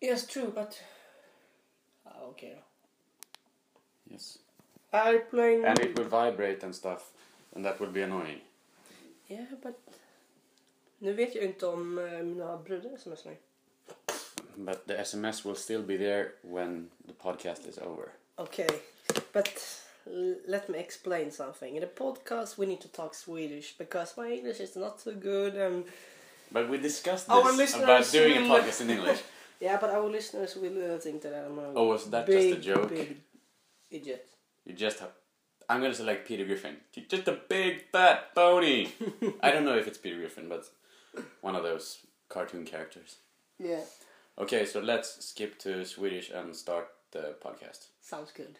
Yes, true, but... okay då. Yes. Airplane... And it will vibrate and stuff. And that will be annoying. Yeah, but... Nu vet jag inte om mina bröder smsar mig. But the SMS will still be there when the podcast is over. Okay, but let me explain something. In the podcast we need to talk Swedish because my English is not so good and... But we discussed Our this about listeners doing a will- podcast in English. Yeah, but our listeners will think that I'm a Oh, was that big, just a joke? big idiot. You just have... I'm gonna say like Peter Griffin. You're just a big fat pony. I don't know if it's Peter Griffin, but one of those cartoon characters. Yeah, Okay, so let's skip to Swedish and start the podcast. sounds good.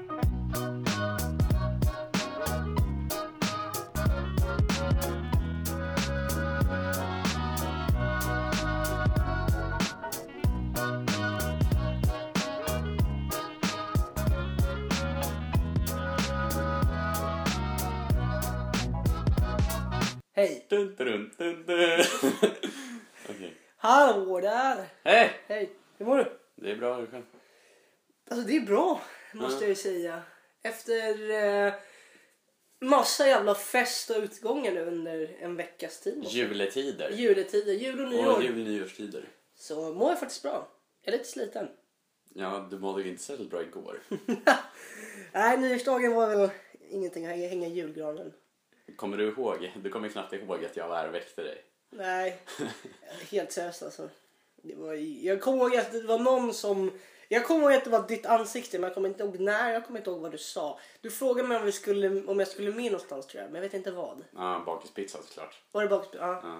Hej! Dun, dun, dun, dun. Okej. Hallå där! Hej! Hej, hur mår du? Det är bra, hur själv? Alltså det är bra, måste jag ju säga. Efter massa jävla fest och utgångar nu under en veckas tid. Juletider. Juletider, jul och nyår. Och nyårstider. Så mår jag faktiskt bra. Jag är lite sliten. Ja, du mådde ju inte särskilt bra igår. Nej, nyårsdagen var väl ingenting att hänga i julgranen. Kommer du ihåg? Du kommer knappt ihåg att jag var här och väckte dig. Nej, helt seriöst alltså. Jag kommer ihåg att det var någon som... Jag kommer ihåg att det var ditt ansikte, men jag kommer inte ihåg när. Jag kommer inte ihåg vad du sa. Du frågade mig om jag skulle med någonstans, tror jag. Men jag vet inte vad. Ja, bakispizza såklart. Var det bakspel? Ja. Ja.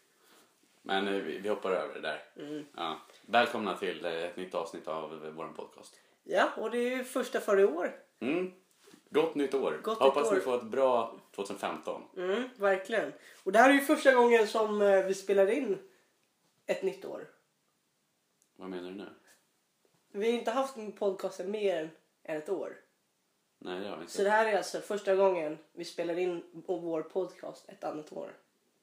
Men vi hoppar över det där. Mm. Ja. Välkomna till ett nytt avsnitt av vår podcast. Ja, och det är ju första för i år. Gott nytt år. Gott Hoppas nytt år. ni får ett bra 2015. Verkligen. Och det här är ju första gången som vi spelar in ett nytt år. Vad menar du nu? Vi har inte haft en podcast mer än ett år. Nej, det har vi inte. Så det här är alltså första gången vi spelar in vår podcast ett annat år.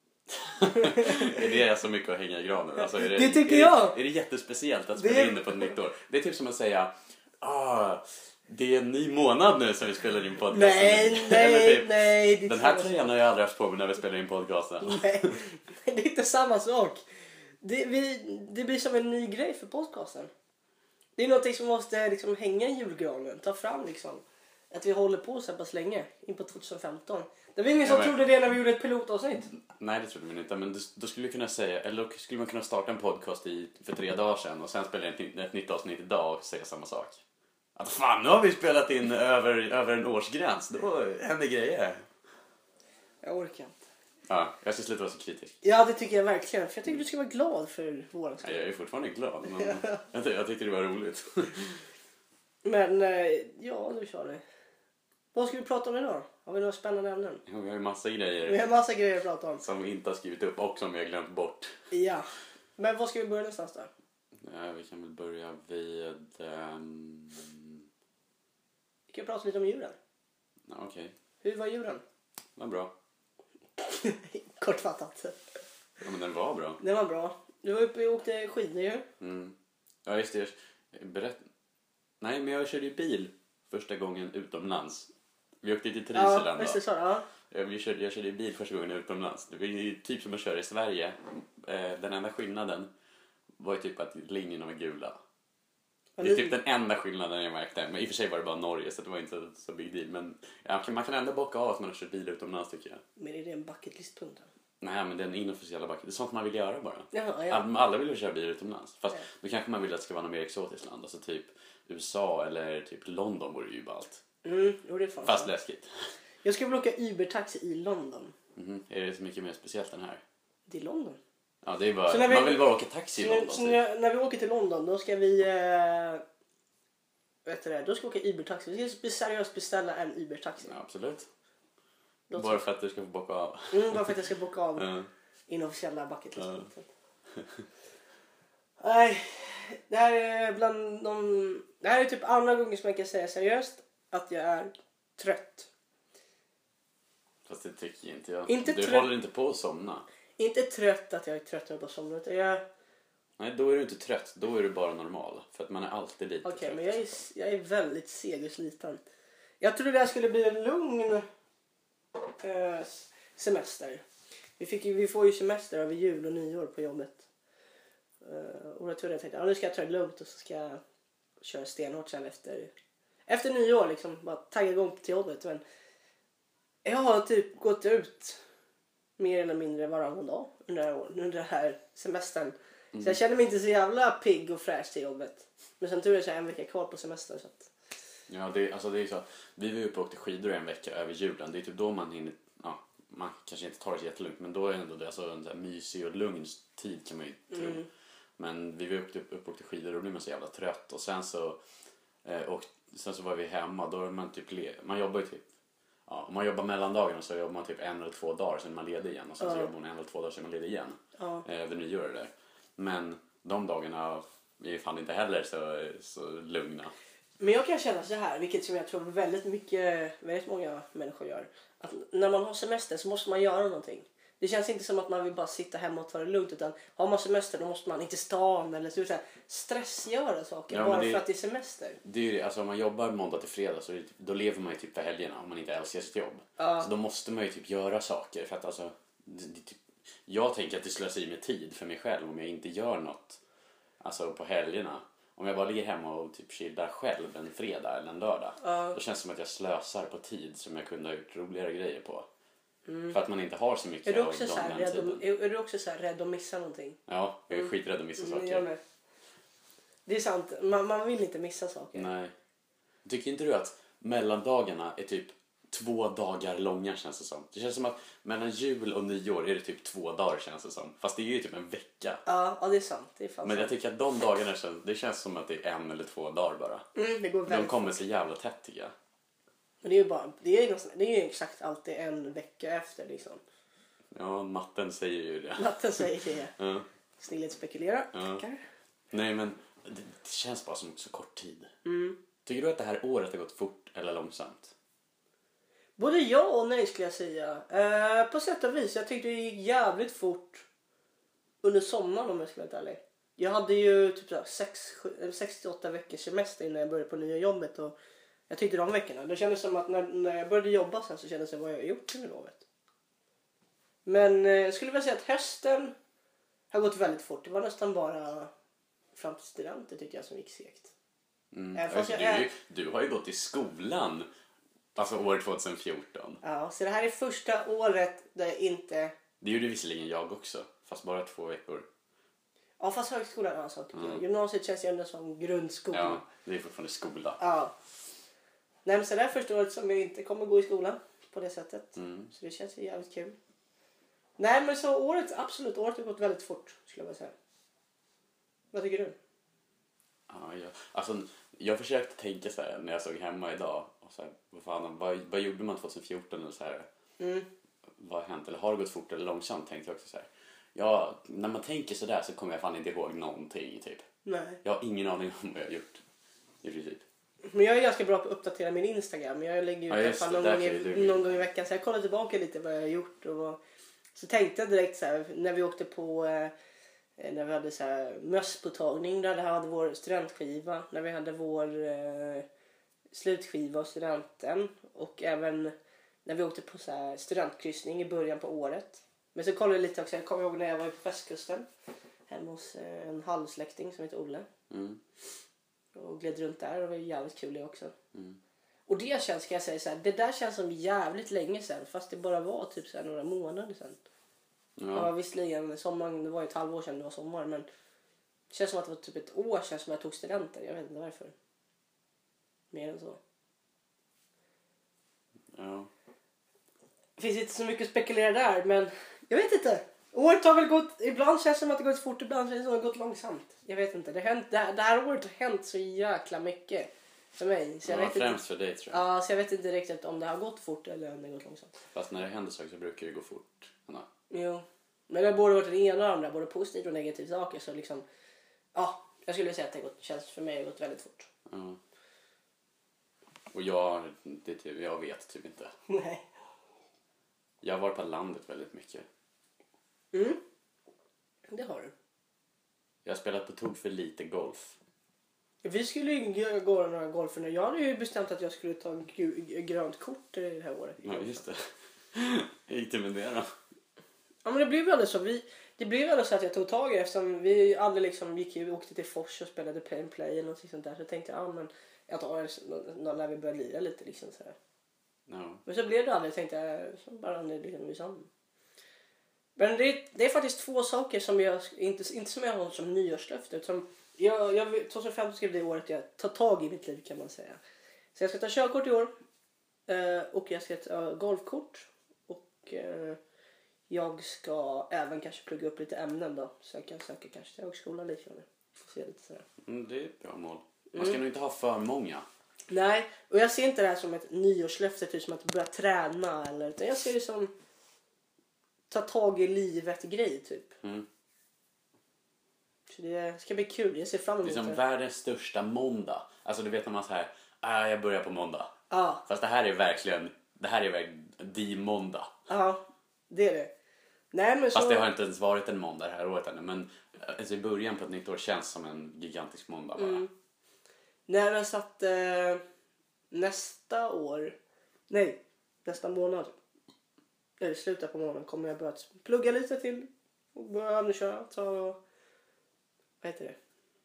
Är det så mycket att hänga i granen? Alltså, Det tycker jag. Är det jättespeciellt att spela in det på ett nytt år? Det är typ som att säga... det är en ny månad nu som vi spelar in podcasten. Nej. Det är Den här inte tröjan har jag aldrig haft på mig när vi spelar in podcasten. Nej, det är inte samma sak. Det blir som en ny grej för podcasten. Det är någonting som måste liksom hänga i julgranen. Ta fram liksom. Att vi håller på så här pass länge. In på 2015. Det var ingen som trodde det när vi gjorde ett pilotavsnitt. Nej, det trodde vi inte. Men då skulle vi kunna säga... Eller då skulle man kunna starta en podcast för 3 dagar sedan. Och sen spela ett nytt avsnitt idag och säga samma sak. Att fan, nu har vi spelat in över en årsgräns. Då händer grejer. Jag orkar inte. Ja, jag ska sluta vara så kritisk. Ja, det tycker jag verkligen. För jag tycker du ska vara glad för våran skull. Jag är fortfarande glad. Men jag tyckte det var roligt. Men ja, nu kör vi. Vad ska vi prata om idag? Har vi några spännande ämnen? Ja, vi har ju massa Vi grejer har massa grejer att prata om. som vi inte har skrivit upp och som vi har glömt bort. Ja. Men vad ska vi börja någonstans då? Ja, vi kan väl börja vid... Vi kan prata lite om djuren. Ja, okej. Hur var djuren? Vad bra. Kortfattat. Ja, men den var bra. Det var bra. Du var uppe och åkte skidor ju. Ja, just det. Nej, men jag körde ju bil första gången utomlands. Vi åkte till Trysil Ja, just det, så. Ja. Jag körde ju bil första gången utomlands. Det var ju typ som att köra i Sverige. Den enda skillnaden var ju typ att linjerna var gula. Det är typ den enda skillnaden jag märkte. Men i och för sig var det bara Norge så det var inte så big deal. Men ja, man kan ändå bocka av att man har kört bil utomlands, tycker jag. Men är det en bucketlist-punkt? Nej, men det är en inofficiella bucket. Det är sånt man vill göra bara. Ja. Alla vill ju köra bil utomlands. Fast då kanske man vill att det ska vara något mer exotiskt land. Alltså typ USA eller typ London vore ju ballt. Jo, det är fan Fast så. läskigt. Jag ska väl åka Uber-taxi i London. Är det så mycket mer speciellt än här? Det är London. Ja, det är bara... Så när vi- Man vill bara åka taxi i London. Så när vi åker till London, då ska vi... vet du det? Då ska vi åka Uber-taxi. Vi ska seriöst beställa en Uber-taxi. Ja, absolut. Låter Bara för att du ska få bocka av. Bara för att jag ska boka av Ja. inofficiella bucketlist. Nej, det här är bland de... Det här är typ andra gången som jag kan säga seriöst att jag är trött. Fast det tycker inte jag. Inte du trött. håller inte på att somna. Inte trött att jag är trött på somna, utan jag... Nej, då är du inte trött. Då är du bara normal. För att man är alltid lite Okej, trött. men jag är väldigt seg och sliten. Jag trodde det här skulle bli en lugn semester. Vi får ju semester över jul och nyår på jobbet. Och jag trodde jag tänkte, nu ska jag ta det lugnt och så ska jag köra stenhårt sen efter nyår liksom. Bara tagga igång till jobbet. Men jag har typ gått ut mer eller mindre varannan dag under den här semestern. Så jag känner mig inte så jävla pigg och fräsch till jobbet. Men sen tror jag så en vecka kvar på semester. Så att... Ja, det är så. Vi var ju uppe och åkte skidor en vecka över julen. Det är typ då man hinner, man kanske inte tar det jättelugnt. Men då är ändå det alltså en så här mysig och lugn tid kan man ju tro. Men vi var uppe och åkte skidor och då blir man så jävla trött. Och sen så var vi hemma. Då är man typ, man jobbar ju typ, om man jobbar mellandagarna så jobbar man typ 1 eller 2 dagar sen man ledig igen. Och sen så jobbar man 1 eller 2 dagar sen man ledig igen. Över nyår där. Men de dagarna är ju fan inte heller så lugna. Men jag kan känna så här, vilket som jag tror väldigt många människor gör. Att när man har semester så måste man göra någonting. Det känns inte som att man vill bara sitta hemma och ta det lugnt. Utan har man semester då måste man inte stan eller så här, stressgöra saker bara för att det är semester. Det är ju det, alltså om man jobbar måndag till fredag så då lever man ju typ för helgerna om man inte älskar sitt jobb. Så då måste man ju typ göra saker för att alltså... Jag tänker att det slösar i med tid för mig själv om jag inte gör något alltså på helgerna. Om jag bara ligger hemma och typ chillar själv en fredag eller en lördag. Då känns det som att jag slösar på tid som jag kunde ha gjort roligare grejer på. För att man inte har så mycket är du också av den tiden. Är du också så här rädd att missa någonting? Ja, jag är skiträdd att missa saker. Det är sant, man vill inte missa saker. Nej. Tycker inte du att mellandagarna är typ 2 dagar långa känns det som? Det känns som att mellan jul och nyår är det typ 2 dagar känns det som. Fast det är ju typ en vecka. Ja det är sant. Det är fan men sant. jag tycker att de dagarna det känns som att det är 1 eller 2 dagar bara. Det går de kommer så jävla tätt tycker jag. Men det är ju exakt alltid en vecka efter liksom. Ja, matten säger ju det. Matten säger det. Ja. Snilligt spekulera. Ja. Nej men det känns bara som så kort tid. Tycker du att det här året har gått fort eller långsamt? Både ja och nej skulle jag säga. På sätt och vis. Jag tyckte det gick jävligt fort under sommaren om jag ska vara ärlig. Jag hade ju typ 6-8 veckors semester innan jag började på nya jobbet. Och jag tyckte de veckorna. Det kändes som att när jag började jobba sen så kändes det vad jag gjort under lovet. Men jag skulle vilja säga att hösten har gått väldigt fort. Det var nästan bara fram till studenter tyckte jag som gick segt. Du har ju gått i skolan. Alltså år 2014. Ja, så det här är första året där jag inte... Det gjorde visserligen jag också. Fast bara 2 veckor. Ja, fast högskolan är en sak. Gymnasiet känns ju ändå som grundskola. Ja, det är fortfarande skola. Ja. Nej, men så det här är första året som jag inte kommer gå i skolan på det sättet. Så det känns ju jävligt kul. Nej, men så året har gått väldigt fort skulle jag vilja säga. Vad tycker du? Ja, jag försökte tänka så här när jag såg hemma idag. Och så här, vad gjorde man 2014 eller så här? Vad har hänt? Eller har det gått fort eller långsamt? Tänkte jag också så här. Ja, när man tänker så där så kommer jag fan inte ihåg någonting typ. Nej. Jag har ingen aning om vad jag har gjort i princip. Men jag är ganska bra på att uppdatera min Instagram. Jag lägger ut någon gång i veckan. Så jag kollar tillbaka lite vad jag har gjort. Så tänkte jag direkt så här, när vi åkte på... När vi hade så här mösspåtagning. Där hade vår studentskiva. När vi hade vår slutskiva och studenten. Och även när vi åkte på så här studentkryssning i början på året. Men så kollade jag lite också. Jag kommer ihåg när jag var på västkusten. Hemma hos en halvsläkting som heter Olle. Och gled runt där. Och det var jävligt kul det också. Och det känns, ska jag säga så här. Det där känns som jävligt länge sedan. Fast det bara var typ så här några månader sedan. Ja, visserligen sommaren, det var ju ett halvår sedan det var sommar. Men det känns som att det var typ ett år sedan som jag tog studenter. Jag vet inte varför. Mer än så. Ja. Det finns inte så mycket att spekulera där. Men jag vet inte. Året har väl gått, ibland känns det som att det gått fort, ibland känns det som att det gått långsamt. Jag vet inte, det här året har hänt så jäkla mycket för mig. Så jag vet främst inte, för dig tror jag. Ja, så jag vet inte riktigt om det har gått fort eller om det har gått långsamt. Fast när det händer saker så brukar det gå fort. Jo, men det har både varit det ena och det andra, både positivt och negativt saker. Så liksom, ja, jag skulle säga att det känns för mig gått väldigt fort. Ja. Och jag vet typ inte. Nej. Jag har varit på landet väldigt mycket. Det har du. Jag har spelat på tok för lite golf. Vi skulle ju gå några golfer nu. Jag hade ju bestämt att jag skulle ta grönt kort det här året. Ja, just det. Gick det med det då? Ja, men det blev ju aldrig så. Det blev ju aldrig så att jag tog tag i det, eftersom vi aldrig liksom åkte till Fors och spelade play and play eller något sånt där. Så jag tänkte, ja men jag tar det när vi börjar lira lite liksom så här. No. Men så blev det aldrig, tänkte jag, så bara liksom. Men det är faktiskt två saker som jag inte som jag har som nyårslöfte, utan jag 2015 ska bli det året jag tar tag i mitt liv, kan man säga. Så jag ska ta körkort i år och jag ska ta golfkort och jag ska även kanske plugga upp lite ämnen då, så jag kan söka kanske till högskola liknande. Se lite sådär. Det är ett bra mål. Man ska nog inte ha för många. Nej, och jag ser inte det här som ett nyårslöfte, typ som att börja träna eller, utan jag ser det som ta tag i livet grej typ. Så det ska bli kul, jag ser fram emot det. Det är som världens största måndag. Alltså du vet när man så här, jag börjar på måndag. Ja. Fast det här är verkligen de måndag. Ja, det är det. Nej, men fast så... det har inte ens varit en måndag det här året ännu. Men alltså, i början på ett nytt år känns som en gigantisk måndag bara. Nej, men så att nästa månad, eller slutet på månaden, kommer jag börja plugga lite till och börja övningsköra, vad heter det?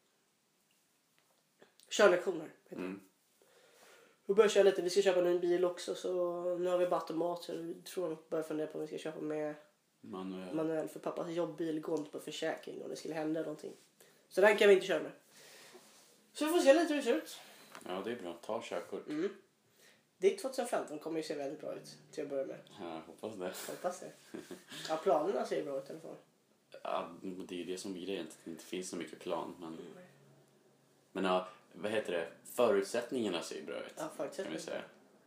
Körlektioner. Vi börjar köra lite, vi ska köpa en bil också, så nu har vi bara automat, så vi tror att börjar fundera på om vi ska köpa med manuell, för pappas jobbbil går inte på försäkring om det skulle hända någonting. Så den kan vi inte köra med. Så vi får se lite hur det ser ut. Ja, det är bra. Ta körkort. Ditt 2015 kommer ju se väldigt bra ut till att börja med. Ja, Hoppas det. Ja, planerna ser bra ut i alla fall. Ja, det är ju det som är grejen. Det inte finns så mycket plan. Men ja, vad heter det? Förutsättningarna ser ju bra ut. Ja, förutsättningarna. Kan vi säga.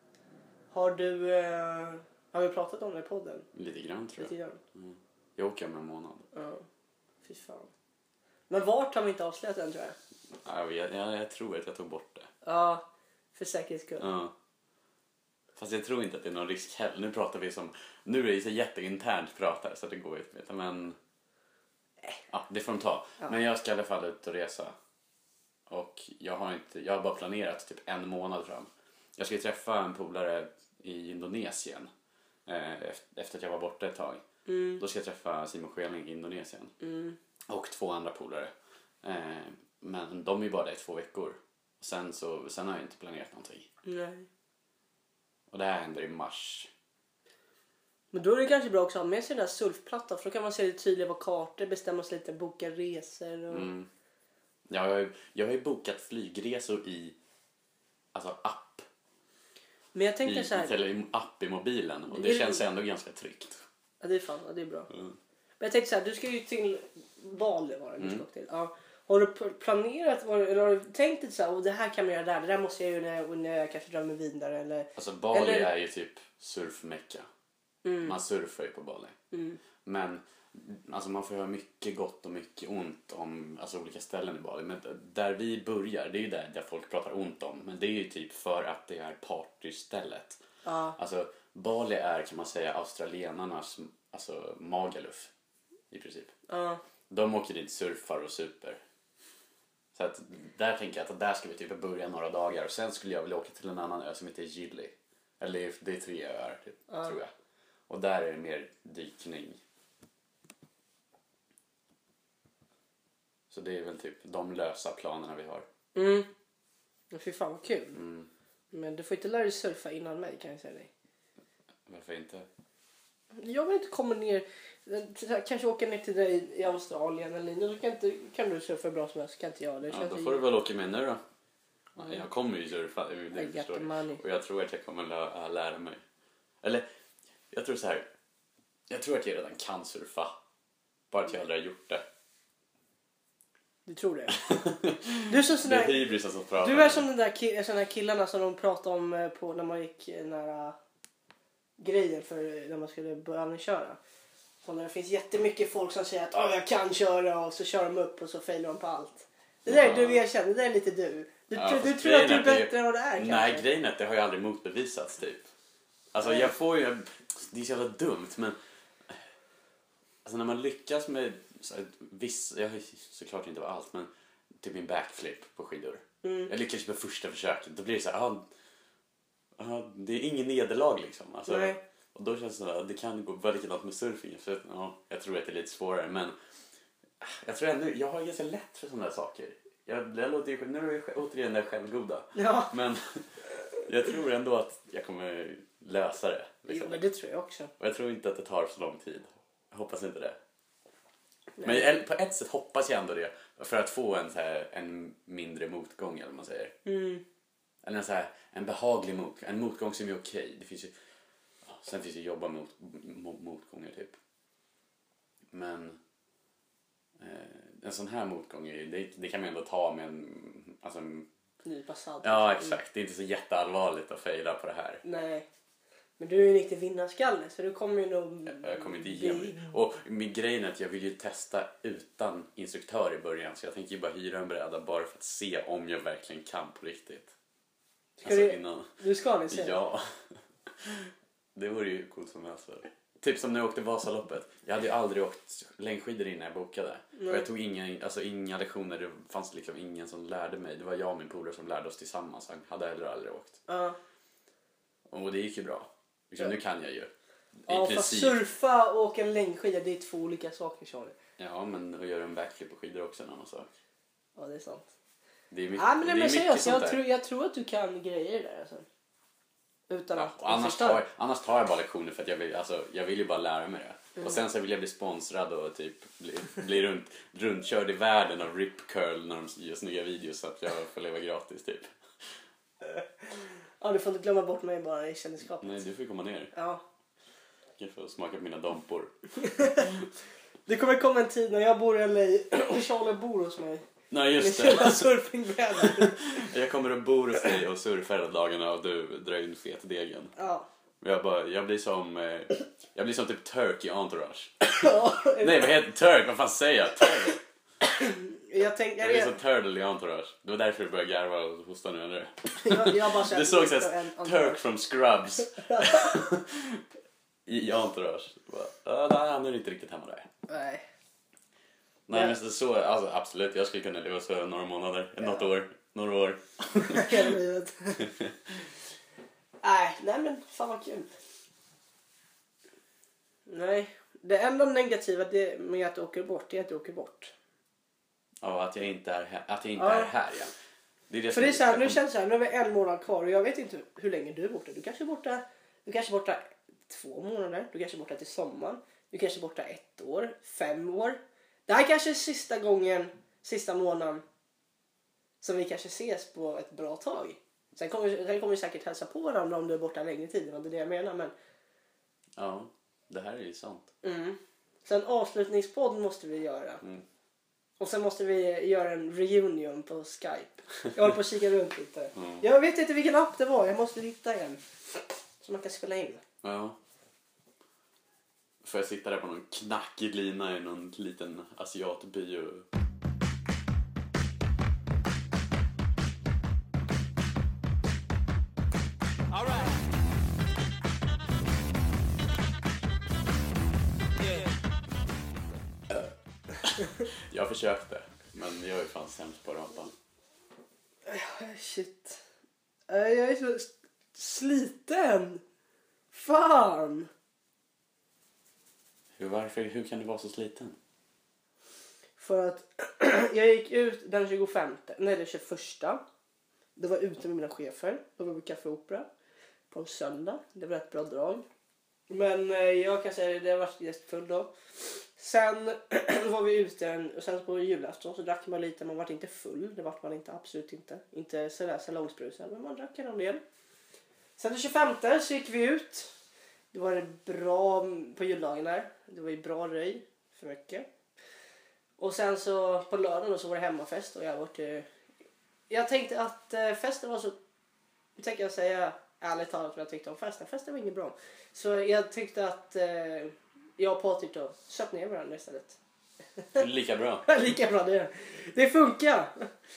Har vi pratat om det i podden? Lite grann tror jag. Lite grann. Jag åker om en månad. Ja, fy fan. Men vart har vi inte avslöjat än, tror jag? Jag tror att jag tog bort det. Ja, för säkerhets skull. Ja. Fast jag tror inte att det är någon risk heller. Nu pratar vi som... Nu är det så jätteinternt prat här, så det går ju inte veta. Men... Ja, det får de ta. Ja. Men jag ska i alla fall ut och resa. Och jag har bara planerat typ en månad fram. Jag ska träffa en polare i Indonesien. Efter att jag var borta ett tag. Då ska jag träffa Simon Skeling i Indonesien. Och 2 andra polare. Men de är ju bara där i 2 veckor. Och sen har jag inte planerat någonting. Nej. Och det här händer i mars. Men då är det kanske bra också att ha med sig den där surfplattan. För då kan man se lite tydligare på kartor, bestämma sig lite, boka resor. Och... Ja, jag har ju bokat flygresor i app. Men jag tänkte så här... Eller app i mobilen. Och det känns ändå ganska tryggt. Ja, det är fan. Ja, det är bra. Men jag tänkte så här, du ska ju till Bali, var det du ska till. Ja. Har du planerat, eller har du tänkt dig så här, det här kan man göra där, det där måste jag göra när jag kanske drar mig vidare, eller... Alltså Bali är ju typ surfmecka. Man surfar ju på Bali. Men alltså man får höra mycket gott och mycket ont om olika ställen i Bali. Men där vi börjar, det är ju där folk pratar ont om. Men det är ju typ för att det är partystället. Alltså Bali är, kan man säga, australienarnas Magaluf i princip. De åker dit, surfar och super. Så att där tänker jag att där ska vi typ börja några dagar. Och sen skulle jag vilja åka till en annan ö som heter Gili. Eller det är 3 öar typ, tror jag. Och där är det mer dykning. Så det är väl typ de lösa planerna vi har. Fy fan vad kul. Men du får inte lära dig surfa innan mig, kan jag säga dig. Varför inte? Jag vill inte komma ner, kanske åka ner till dig i Australien eller nu kan du surfa bra som helst, kan inte jag. Det då får du väl åka med nu då. Jag kommer ju surfa, och jag tror att jag kommer lära mig. Eller jag tror så här. Jag tror att jag redan kan surfa, bara att jag aldrig har gjort det. Du tror det? Du är sån där, du är som den där killarna som de pratade om på när man gick nära grejen för när man skulle börja köra. Så när det finns jättemycket folk som säger att jag kan köra, och så kör de upp och så failar de på allt. Det där du erkänner, det där är lite du. Du tror att du är bättre än vad det är kanske. Nej, grejen är att det har ju aldrig motbevisats typ. Alltså jag får ju, det är så jävla dumt, men Alltså när man lyckas med jag har såklart inte var allt, men typ min backflip på skidor. Jag lyckas på första försöket. Då blir det så här, det är ingen nederlag liksom. Alltså, Nej. och då känns det så här, det kan gå väldigt likadant med surfing. Så, jag tror att det är lite svårare, men jag tror ändå, jag har ganska lätt för sådana här saker. Jag låter ju, nu är jag återigen där självgoda. Ja. Men jag tror ändå att jag kommer lösa det. Liksom. Jo, men det tror jag också. Och jag tror inte att det tar så lång tid. Jag hoppas inte det. Nej. Men på ett sätt hoppas jag ändå det. För att få en mindre motgång, eller vad man säger. Eller en behaglig motgång. En motgång som är okej. Det finns ju, sen finns det jobba mot motgångar typ. Men en sån här motgång, det kan man ändå ta med en nypa salt. Ja, exakt. Det är inte så jätteallvarligt att fejla på det här. Nej. Men du är ju en riktig vinnarskalle, så du kommer ju nog... Jag kommer inte ge mig. Och min grej är att jag vill ju testa utan instruktör i början. Så jag tänker ju bara hyra en bräda bara för att se om jag verkligen kan på riktigt. Du ska det se? Ja. Det vore ju coolt som helst. Typ som när jag åkte Vasaloppet. Jag hade ju aldrig åkt längdskidor innan jag bokade. Och jag tog inga lektioner. Det fanns liksom ingen som lärde mig. Det var jag och min polare som lärde oss tillsammans. Han hade heller aldrig åkt. Och det gick ju bra. Liksom, nu kan jag ju. Fast surfa och åka en längdskida, det är 2 olika saker, Charlie. Ja, men att göra en backflip på skidor också är en annan sak. Ja, det är sant. Det är mycket, men seriöst, jag tror att du kan grejer där alltså. Utan att annars tar jag bara lektioner för att jag vill ju bara lära mig det. Och sen så vill jag bli sponsrad och typ bli runtkörd i världen av Rip Curl när de gör snygga videos så att jag får leva gratis typ. Ja, du får inte glömma bort mig bara i kändisskapet. Nej, du får komma ner. Ja. Jag får smaka på mina dompor. Det kommer komma en tid när jag bor i LA och Charlie bor hos mig. Nej, just det. Surfingbrädan. Jag kommer att bo hos dig och surfa hela dagarna och du drar in fetdegen. Ja. Jag blir som typ Turk i Entourage. Nej, vad heter Turk? Vad fan säger jag? Turk. Jag blir som Turtle i Entourage. Det var därför du började garva och hosta nu, eller? Jag bara det såg såhär Turk from Scrubs. I Entourage. Han är inte riktigt hemma där. Nej. Nej, men så, alltså, absolut, jag skulle kunna leva så några månader, några år. Hela livet. Nej, men fan vad kul. Nej, det enda negativa med att du åker bort är att du åker bort. Ja, att jag inte är här, är här, ja. Det är det för det är så här, nu känns det så här, nu har vi 1 månad kvar och jag vet inte hur länge du är borta. Du kanske är borta 2 månader, du kanske är borta till sommaren, du kanske är borta 1 år, 5 år. Det här kanske är sista månaden som vi kanske ses på ett bra tag. Sen kommer vi säkert hälsa på varandra om du är borta längre tid. Det är det jag menar, men... Ja, det här är ju sant. Sen avslutningspodd måste vi göra. Och sen måste vi göra en reunion på Skype. Jag håller på att kika runt lite. Jag vet inte vilken app det var. Jag måste hitta en. Så man kan spela in. Ja. Får jag sitta där på någon knackig lina i någon liten asiatby och... All right. Jag försökte, men jag är fan sämst på rampan. Shit. Jag är så sliten. Fan. Hur kan du vara så sliten? För att jag gick ut den 21. Det var ute med mina chefer. Då var vi Café Opera på en söndag. Det var ett bra drag. Men jag kan säga att det har varit jättefull då. Sen var vi ute och sen på julafton så drack man lite. Man var inte full. Det var man inte, absolut inte. Inte sådär salongsbrusad, men man drack en del. Sen den 25 så gick vi ut. Det var bra på juldagen där. Det var ju bra röj för mycket. Och sen så på lördagen så var det hemmafest och jag tänkte att festen var så, tänker jag säga ärligt talat vad jag tyckte om festen. Festen var inget bra. Så jag tyckte att jag och Patrik då köpt ner varandra istället. Lika bra. Lika bra det funkar.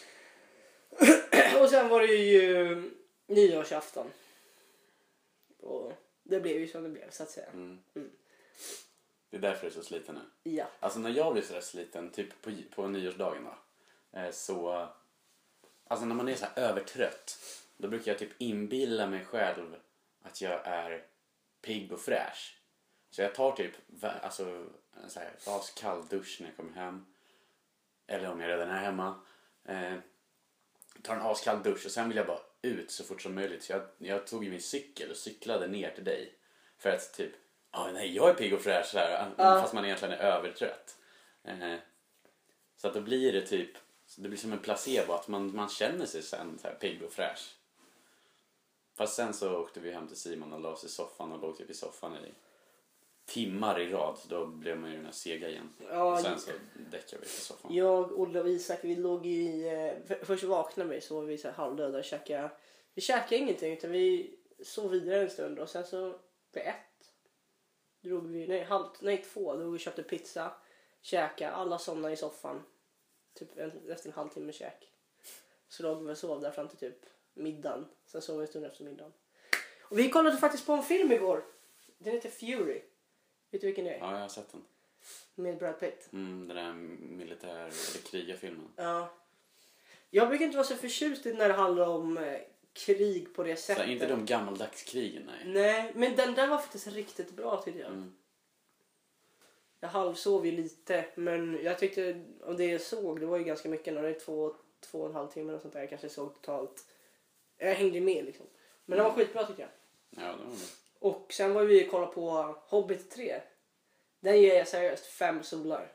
Och sen var det ju nyårsafton. Och det blev ju som det blev så att säga. Det är därför du är så sliten nu. Ja. Alltså när jag blir så där sliten, typ på nyårsdagen då. Så... Alltså när man är så här övertrött. Då brukar jag typ inbilla mig själv att jag är pigg och fräsch. Så jag tar typ alltså, en så här askall dusch när jag kommer hem. Eller om jag redan är hemma. Tar en askall dusch och sen vill jag bara ut så fort som möjligt. Så jag tog ju min cykel och cyklade ner till dig. För att typ, nej jag är pigg och fräsch så här, fast man egentligen är övertrött. Så att då blir det typ, det blir som en placebo att man känner sig sen så här pigg och fräsch. Fast sen så åkte vi hem till Simon och la oss i soffan och låg typ i soffan i timmar i rad. Så då blev man ju den här sega igen. Ja, och sen så däckade vi på soffan. Jag, Olle och Isak, vi låg i... Först vaknade vi så var vi så här halvdöda och käkade. Vi käkade ingenting utan vi sov vidare en stund. Och sen så vid 1 drog vi... Nej, 2 drog vi och köpte pizza. Käkade, alla somnade i soffan. Typ efter en halvtimme käk. Så låg vi och sov där fram till typ middagen. Sen sov vi en stund efter middagen. Och vi kollade faktiskt på en film igår. Den heter Fury. Vet du vilken det är? Ja, jag har sett den. Med Brad Pitt. Den där eller krigarfilmen. Ja. Jag brukar inte vara så förtjust när det handlar om krig på det sättet. Så inte de gammaldags krigen, nej. Nej, men den där var faktiskt riktigt bra tycker jag. Jag halvsov ju lite, men jag tyckte om det jag såg, det var ju ganska mycket när det är 2,5 timmar och sånt där. Jag kanske såg totalt. Jag hängde med liksom. Men den var skitbra tycker jag. Ja, det var det. Och sen var vi och kollade på Hobbit 3. Den ger jag seriöst 5 solar.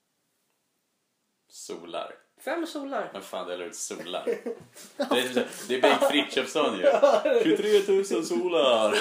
Solar. 5 solar. Men fan, det är ut solar. Det är Bengt Frithiofsson ju. 23 000 solar.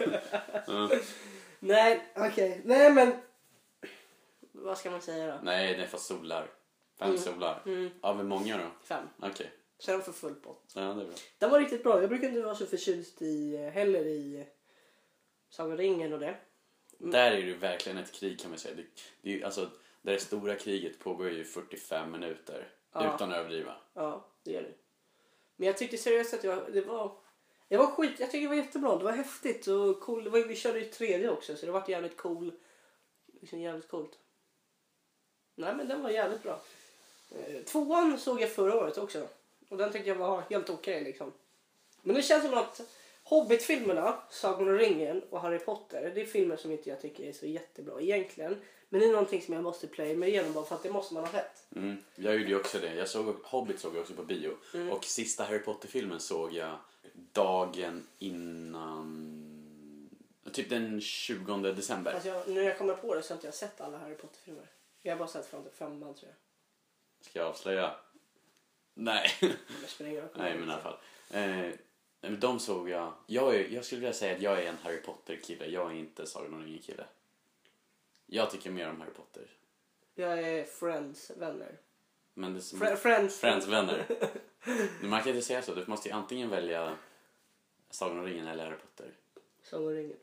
Nej, okej. Nej, men... Vad ska man säga då? Nej, det är för solar. 5 solar. Ja, men många då? 5. Okej. Sen för full pott. Ja, det är bra. Den var riktigt bra. Jag brukar inte vara så förtjust heller i Sagan om ringen och det. Där är det verkligen ett krig kan man säga. Det är ju, alltså, det stora kriget pågår ju 45 minuter. Ja. Utan att överdriva. Ja, det gör det. Men jag tyckte seriöst att det var skit. Jag tycker det var jättebra. Det var häftigt och cool. Vi körde ju 3D också så det var jävligt cool. Liksom jävligt coolt. Nej, men den var jävligt bra. 2:an såg jag förra året också. Och den tyckte jag var helt okej liksom. Men det känns som att Hobbit-filmerna, Sagan om ringen och Harry Potter, det är filmer som inte jag tycker är så jättebra egentligen. Men det är någonting som jag måste playa mig igenom bara för att det måste man ha sett. Jag gjorde ju också det. Hobbit såg jag också på bio. Och sista Harry Potter-filmen såg jag dagen innan... Typ den 20 december. Alltså nu när jag kommer på det så har inte jag sett alla Harry Potter-filmer. Jag har bara sett fram till 5 tror jag. Ska jag avslöja? Nej. Nej, men i alla fall. De såg jag. Jag skulle vilja säga att jag är en Harry Potter-kille. Jag är inte Sagan om ringen-kille. Jag tycker mer om Harry Potter. Jag är Friends-vänner. Men det som Friends-vänner. Man kan inte säga så. Du måste ju antingen välja Sagan om ringen eller Harry Potter. Sagan om ringen.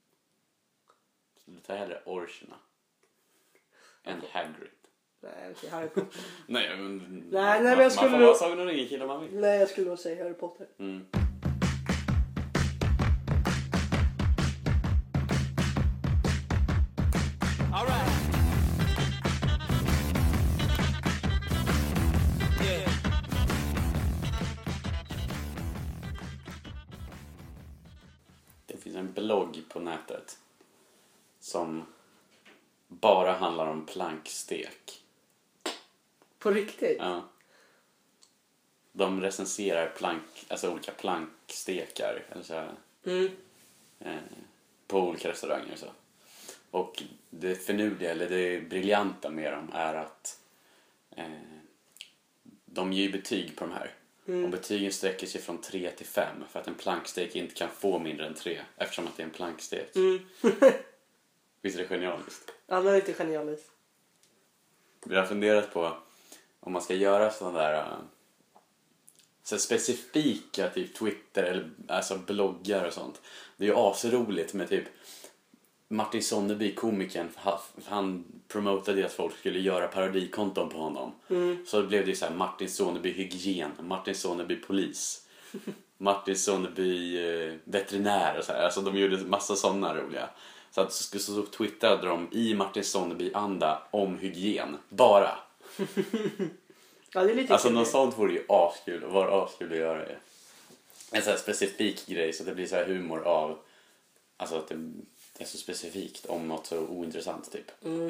Så du tar hellre orcherna än Hagrid. Nej, inte Harry Potter. Nej, men men jag skulle man får vara Sagan om ringen-kille om man vill. Nej, jag skulle nog säga Harry Potter. Det finns en blogg på nätet som bara handlar om plankstek. På riktigt? Ja. De recenserar olika plankstekar eller så här, på olika restauranger och så. Och det finurliga eller det briljanta med dem är att de ger betyg på de här. Och betygen sträcker sig från 3 till 5 för att en plankstek inte kan få mindre än 3 eftersom att det är en plankstek. Visst är det genialiskt? Ja, det är lite genialiskt. Vi har funderat på om man ska göra sådana där så specifika typ Twitter eller alltså bloggar och sånt. Det är ju asroligt med typ Martin Sonneby, komikern, han promotade att folk skulle göra parodikonton på honom. Så blev det ju så här Martin Sonneby hygien, Martin Sonneby polis, Martin Sonneby veterinär och så här. Alltså de gjorde massa sådana roliga. Så twittrade de i Martin Sonneby-anda om hygien. Bara. Ja, det är lite Alltså kul. något sånt vore ju askul. Och var askul att göra det. En sån här specifik grej så att det blir så här humor av... Alltså att det är så specifikt om något så ointressant typ. Mm.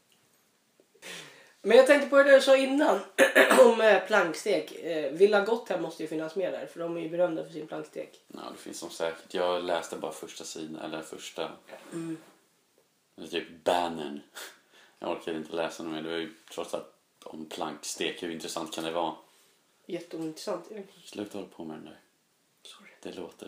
Men jag tänkte på det du sa innan om plankstek. Villa Gotham måste ju finnas med där, för de är ju berömda för sin plankstek. Ja, det finns som säkert. Jag läste bara första sidan, eller första... Eller typ bannern. Jag orkade inte läsa något mer. Det var ju trots allt om plankstek. Hur intressant kan det vara? Jätteintressant. Sluta hålla på med den där. Sorry. Det låter.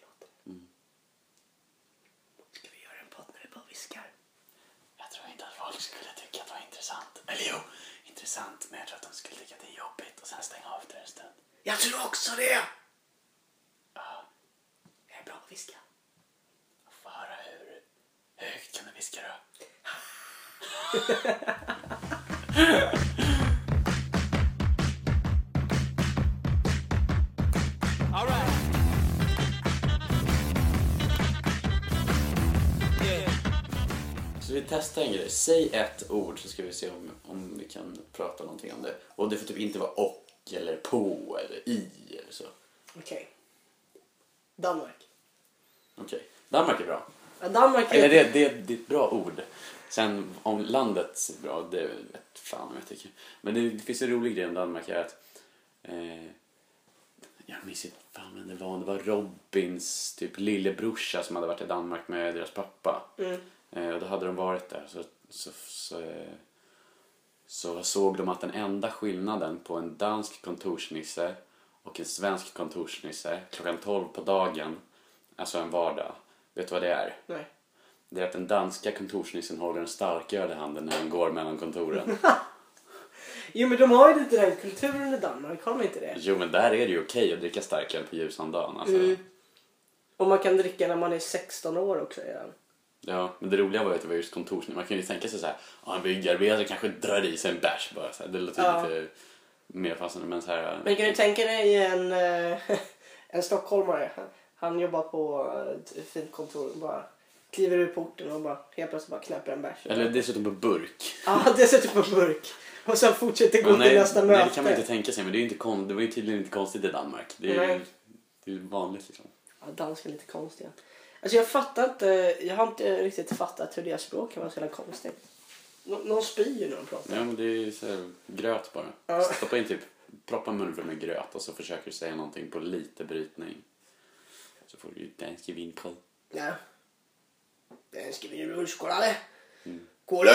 Ska vi göra en podd när vi bara viskar? Jag tror inte att folk skulle tycka att det var intressant. Eller jo, intressant. Men jag tror att de skulle tycka att det är jobbigt och sen stänga av efter en stund. Jag tror också det! Ja, Jag är bra på att viska. jag får höra hur högt kan du viska då? All right. Yeah. Så vi testar en grej. Säg ett ord så ska vi se om vi kan prata någonting om det. Och det får typ inte vara och eller på eller i eller så. Okej. Danmark. Okej. Danmark är bra. Ja, Danmark Eller är... det är ett bra ord. Sen om landet är bra, det vet fan om jag tycker. Men det finns en rolig grej om Danmark är att jag minns inte fan vem det var Robins typ lillebrorsa som hade varit i Danmark med deras pappa. Och då hade de varit där så såg de att den enda skillnaden på en dansk kontorsnisse och en svensk kontorsnisse klockan 12 på dagen, alltså en vardag, vet du vad det är? Nej. Det är att den danska kontorsnissen håller en starköl i handen när han går mellan kontoren. Jo, men de har ju lite den kulturen i Danmark, har de inte det? Jo, men där är det ju okej att dricka starköl på ljusan dagen. Alltså. Och man kan dricka när man är 16 år också redan. Ja, men det roliga var ju att det var just kontorsnissen. Man kan ju tänka sig så här, en byggarbetare kanske drar i sig en bärs bara. Så här. Det låter lite mer passande, men så här... Men kan du tänka dig en stockholmare? Han jobbar på ett fint kontor och bara kliver ur porten och bara helt plötsligt bara knäpper en bärs. Eller dessutom på burk. Ja, dessutom på burk. Och sen fortsätter gå Men till nästa möte. Nej, det kan man inte tänka sig, men det är ju inte det var ju tydligen inte konstigt i Danmark. Det är ju vanligt liksom. Ja, danska är lite konstiga. Alltså jag har inte riktigt fattat hur deras språk kan vara så jävla konstigt. Någon spyr ju när de pratar. Ja, men det är så här, gröt bara. Ja. Stoppa in typ, proppa munnen med gröt och så försöker du säga någonting på lite brytning. Så får du ju dansk vinkoll. Ja. Den ska vi rullskålade. Kolla!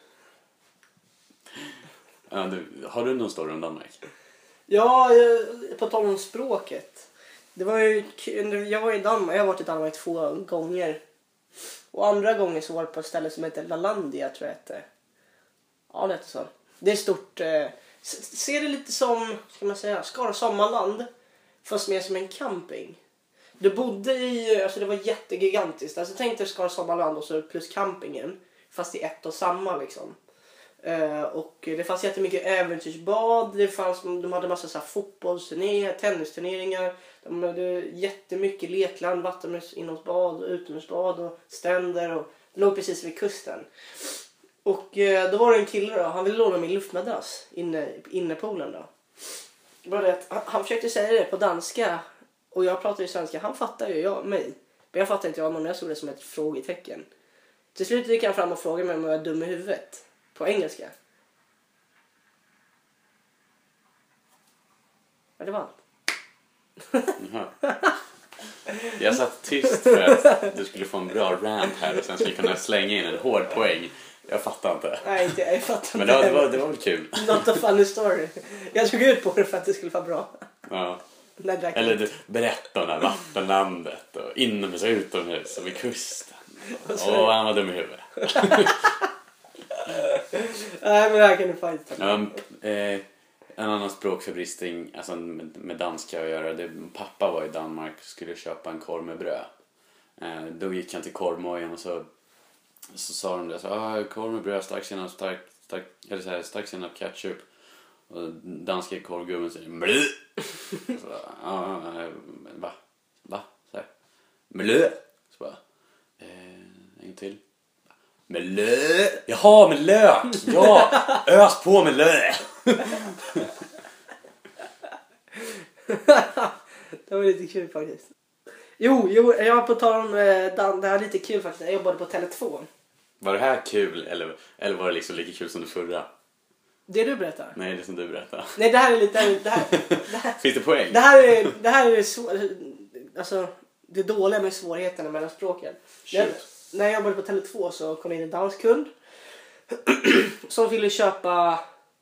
Ja, har du någon story om Danmark? Ja, på tal om språket. Det var ju, jag var i Danmark, jag har varit i Danmark 2 gånger. Och andra gången så var det på ett ställe som heter Lalandia, tror jag hette. Ja, det heter så. Det är stort. Ser det lite som, ska man säga, Skara Sommarland. Fast mer som en camping. Du bodde i, alltså det var jättegigantiskt. Alltså tänk dig Skara Sommarland och så plus campingen. Fast i ett och samma liksom. Och det fanns jättemycket äventyrsbad. De hade massa så här fotbollsturneringar, tennisturneringar. De hade jättemycket lekland, inomhusbad och utomhusbad och stränder. Och det låg precis vid kusten. Och då var det en kille då, han ville låna min luftmadrass inne poolen då. Bara det att han försökte säga det på danska och jag pratade ju svenska. Han fattade ju mig. Men jag fattade inte honom, jag såg det som ett frågetecken. Till slut gick han fram och frågade mig om jag var dum i huvudet. På engelska. Ja, det var allt. Jaha. Jag satt tyst för att du skulle få en bra rant här och sen skulle kunna slänga in en hård poäng. Jag fattar inte. Nej, jag fattar Men inte. det var väl kul. Not a funny story. Jag tog ut på det för att det skulle vara bra. Ja. Nej, Eller du, berätta om det här vattenlandet och inomhus och utomhus och vid kusten. Och han var dum i huvudet. Nej, men det här kan du faktiskt ta. En annan språkförbristning alltså med danska att göra. Pappa var i Danmark och skulle köpa en korv med bröd. Då gick han till korvmojen och så sa de det så korv med bröd, stark senap, ketchup. Och danska korvgubben säger blö. Va? Så här. Blö. Så bara en gång till. Med lö. Jaha, med lök. Ja, ös på med lö. Det var lite kul faktiskt. Jo, jag var på tal om det här lite kul faktiskt. Jag jobbade på Tele2. Var det här kul eller var det liksom lika kul som det förra? Det du berättar? Nej, det som du berättar. Nej, det här är lite... Det här, Finns det poäng? Det här är alltså, det dåliga med svårigheterna mellan språken. När jag jobbade på Tele2 så kom in en dansk kund som ville köpa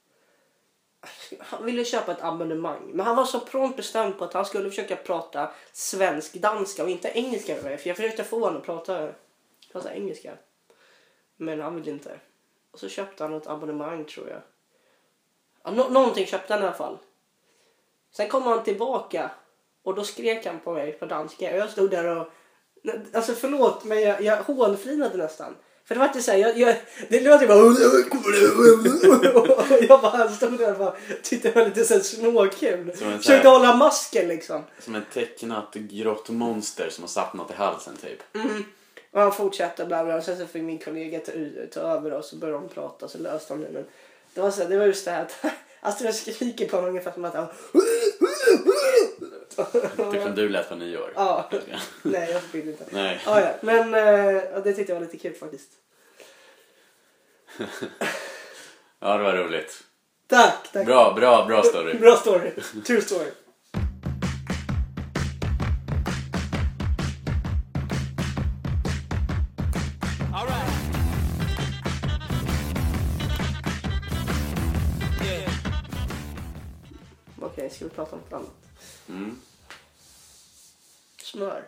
ett abonnemang. Men han var så prompt bestämd på att han skulle försöka prata svensk-danska och inte engelska med mig. För jag försökte få honom att prata engelska. Men han ville inte. Och så köpte han ett abonnemang, tror jag. Ja, någonting köpte han i alla fall. Sen kom han tillbaka och då skrek han på mig på danska. Jag stod där och... Alltså förlåt, men jag hånflinade nästan. För det var inte så här, det låter bara... Och jag bara stod där och bara tyckte det var lite så småkul. Försökte hålla masken liksom. Som en tecknat grått monster som har satt något i halsen typ. Mm. Och han fortsatte bla bla. Sen så fick min kollega ta över och så började de prata så löste de det. Men det var just det här att Astrid skriker på honom ungefär som att han... Typ som du lät på nyår. Ja. Nej, jag vill inte. Nej. Ja. Men det tyckte jag var lite kul faktiskt. Ja, det var roligt. Tack. Bra story. Bra story. True story. All right. Yeah. Okej, ska vi prata om något annat? Mm. Smör.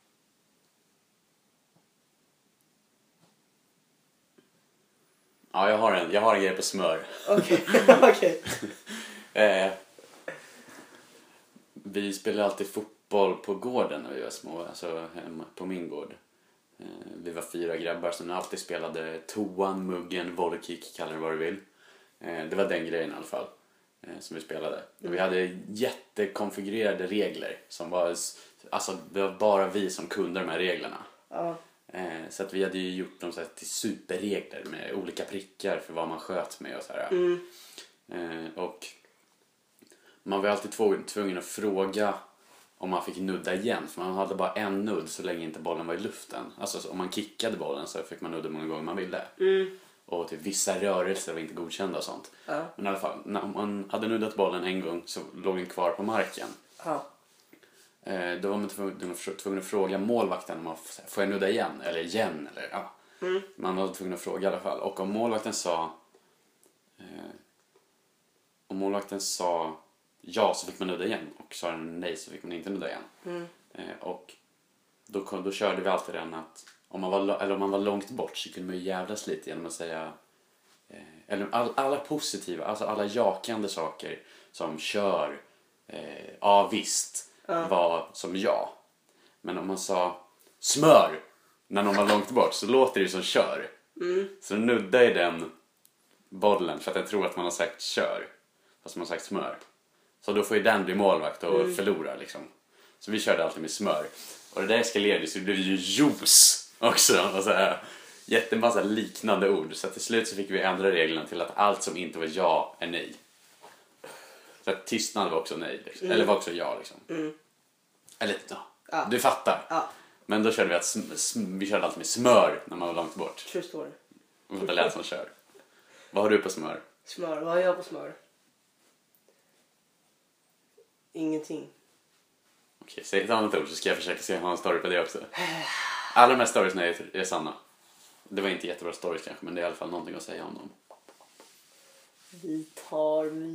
Ja, jag har en grej på smör. Okej. Vi spelade alltid fotboll på gården när vi var små, alltså hemma på min gård. Vi var 4 grabbar som alltid spelade toan, muggen, volleykick, kalla det vad du vill. Det var den grejen i alla fall som vi spelade. Och vi hade jättekonfigurerade regler som var, alltså det var bara vi som kunde de här reglerna. Ja. Så att vi hade ju gjort dem så här till superregler med olika prickar för vad man sköt med och så här. Och man var alltid tvungen att fråga om man fick nudda igen. För man hade bara en nudd så länge inte bollen var i luften. Alltså om man kickade bollen så fick man nudda många gånger man ville. Och typ vissa rörelser var inte godkända och sånt. Ja. Men i alla fall, när man hade nuddat bollen en gång så låg den kvar på marken. Ja. Då var man tvungen att fråga målvakten om man får jag nudda igen eller ja. Man var tvungen att fråga i alla fall. Och om målvakten sa ja så fick man nudda igen och sa den nej så fick man inte nudda igen. Och då körde vi alltid den att om man var långt bort så kunde man ju jävlas lite genom att säga eller alla positiva, alltså alla jakande saker som kör, ja visst, var som ja. Men om man sa smör när någon var långt bort så låter det ju som kör. Så nuddar ju den bollen för att jag tror att man har sagt kör fast man har sagt smör. Så då får ju den bli målvakt och förlora liksom. Så vi körde alltid med smör. Och det där eskalerade så det blev ju juice också. Och så här, jättemassa liknande ord. Så till slut så fick vi ändra reglerna till att allt som inte var ja är nej. Så att tystnad var också nej. Liksom. Eller var också ja liksom. Eller ja. Du fattar. Ja. Men då körde vi att vi körde alltid med smör när man var långt bort. True story. Och det lät som kör. Vad har du på smör? Smör. Vad har jag på smör? Ingenting. Okej, säg ett annat ord så ska jag försöka se om jag har en story på det också. Alla de här storiesna är sanna. Det var inte jättebra stories kanske, men det är i alla fall någonting att säga om dem. Vi tar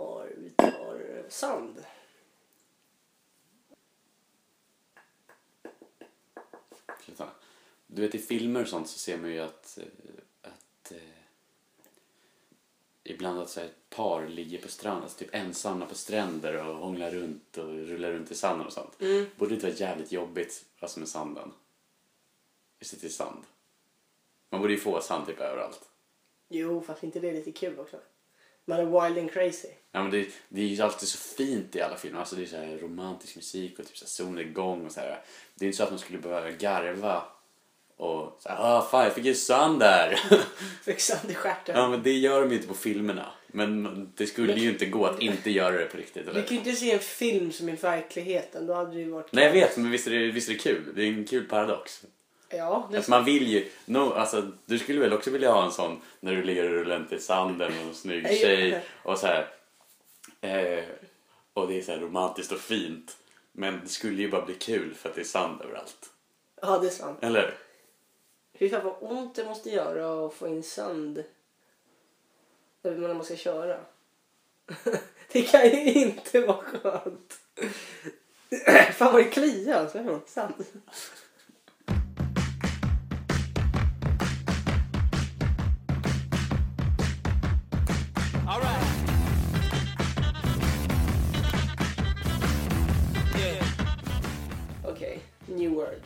sand. Du vet i filmer och sånt så ser man ju att ibland att så här, ett par ligger på stranden, alltså typ ensamma på stränder och hånglar runt och rullar runt i sanden och sånt. Borde inte vara jävligt jobbigt alltså med sanden. Just till sand. Man borde ju få sand typ överallt. Jo, fast inte det är lite kul också. Man är wild and crazy. Ja, men det är ju alltid så fint i alla filmer. Alltså det är så här romantisk musik och typ så här solnedgång och så här. Det är inte så att man skulle behöva garva Och så här, fan jag fick ju sand där. Fick sand i stjärten. Ja, men det gör de ju inte på filmerna. Men det skulle ju inte gå att inte göra det på riktigt. Eller? Du kan ju inte se en film som i verkligheten. Då hade det ju varit... Nej, jag vet, men visst är det kul. Det är en kul paradox. Ja, det är Att man vill ju... alltså, du skulle väl också vilja ha en sån när du ligger och rullar i sanden och en snygg tjej. Och så här... och det är så här romantiskt och fint. Men det skulle ju bara bli kul för att det är sand överallt. Ja, det är sant. Eller? Hur fan vad ont det måste göra att få in sand när man ska köra. Det kan ju inte vara skönt. Fan vad det kliar alltså. Sand. All right. Yeah. Okej, new word.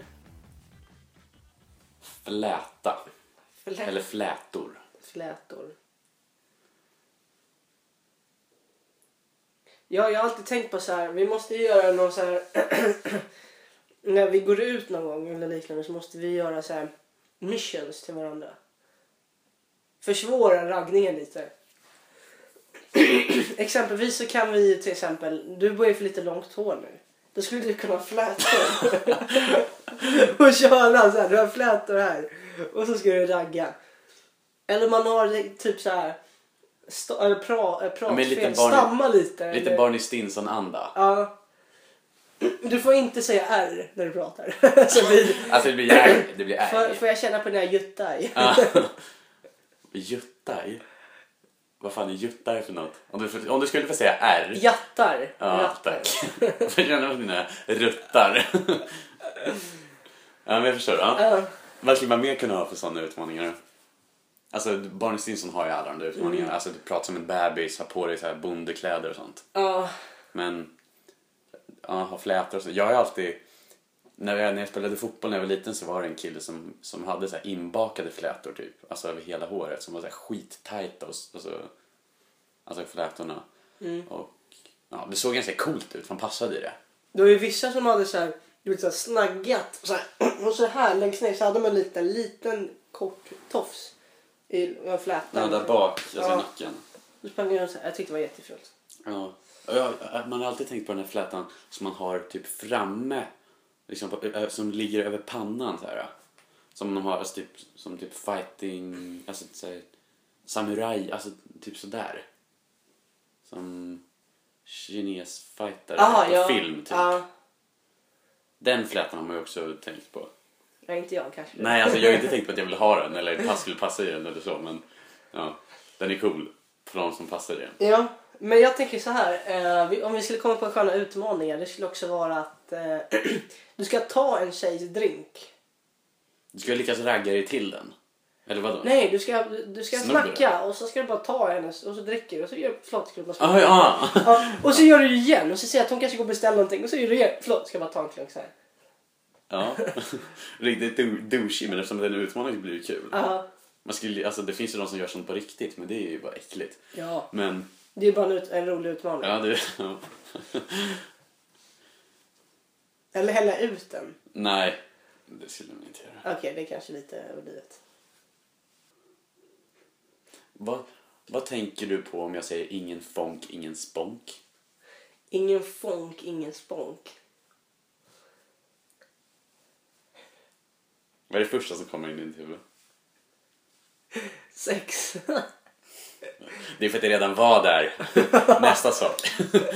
Fläta. Eller flätor. Flätor. Ja, jag har alltid tänkt på så här. Vi måste ju göra någon så här. När vi går ut någon gång eller liknande så måste vi göra så här missions till varandra. Försvåra raggningen lite. Exempelvis så kan vi till exempel. Du börjar för lite långt hår nu. Då skulle du kunna fläta. Och köra så här. Du har flätor här. Och så ska du ragga. Eller man har typ så här. Stamma lite. Lite eller... Barney Stinson-anda. Ja. Du får inte säga R när du pratar. Så Alltså det blir R. Det blir R. Får jag känna på den här juttaj? Juttaj? Vad fan är juttar för något? Om du skulle få säga R. Jattar. Ja, Rattar. tack. Får känna på dina ruttar. Ja, men jag förstår. Ja. Vad skulle man mer kunna ha för sådana utmaningar? Alltså Barney Stinson har ju alla de där utmaningarna. Alltså du pratar som en bebis, har på dig så här bondekläder och sånt. Ja. Men ha flätor och så. Jag har alltid när jag spelade fotboll när jag var liten så var det en kille som hade så här inbakade flätor typ, alltså över hela håret som var så här skittajta och alltså flätorna. Och ja, det såg ganska coolt ut, han passade i det. Det var ju vissa som hade så här, du vet, så här snaggat så här, och så här längst ner så hade man en liten kort tofs i flätan. Ja, där bak, alltså i nacken. Då sprang jag så här, jag tyckte det var jättefult. Ja. Man har alltid tänkt på den här flätan som man har typ framme liksom som ligger över pannan så här. Som de har alltså, typ fighting, alltså så här, samurai, alltså typ så där. Som kinesfightare på film typ. Den flätan har man ju också tänkt på. Nej, inte jag kanske. Nej, alltså jag har inte tänkt på att jag vill ha den eller skulle passa i den eller så, men ja, den är cool för de som passar i den. Ja, men jag tänker så här, om vi skulle komma på sköna utmaningar, det skulle också vara att du ska ta en tjejs drink. Du ska lyckas ragga dig till den. Eller vadå? Nej, du ska snacka och så ska du bara ta hennes och så dricker du och så gör förlåt, ska du bara smacka. Ja, och så gör du det igen och så säger att hon kanske går och beställer någonting och så gör du igen. Förlåt, ska jag bara ta en klunk så här. Ja, riktigt douchey, men eftersom det är en utmaning så blir det kul. Man skulle, alltså, det finns ju de som gör sånt på riktigt, men det är ju bara äckligt. Ja, men det är bara en rolig utmaning. Ja, det ja. Eller hälla ut den. Nej, det skulle man inte göra. Okej, det är kanske lite överdrivet. Vad tänker du på om jag säger ingen fonk, ingen sponk? Ingen fonk, ingen sponk. Vad är det första som kommer in i ditt huvud? Sex. Det är för att det redan var där. Nästa sak.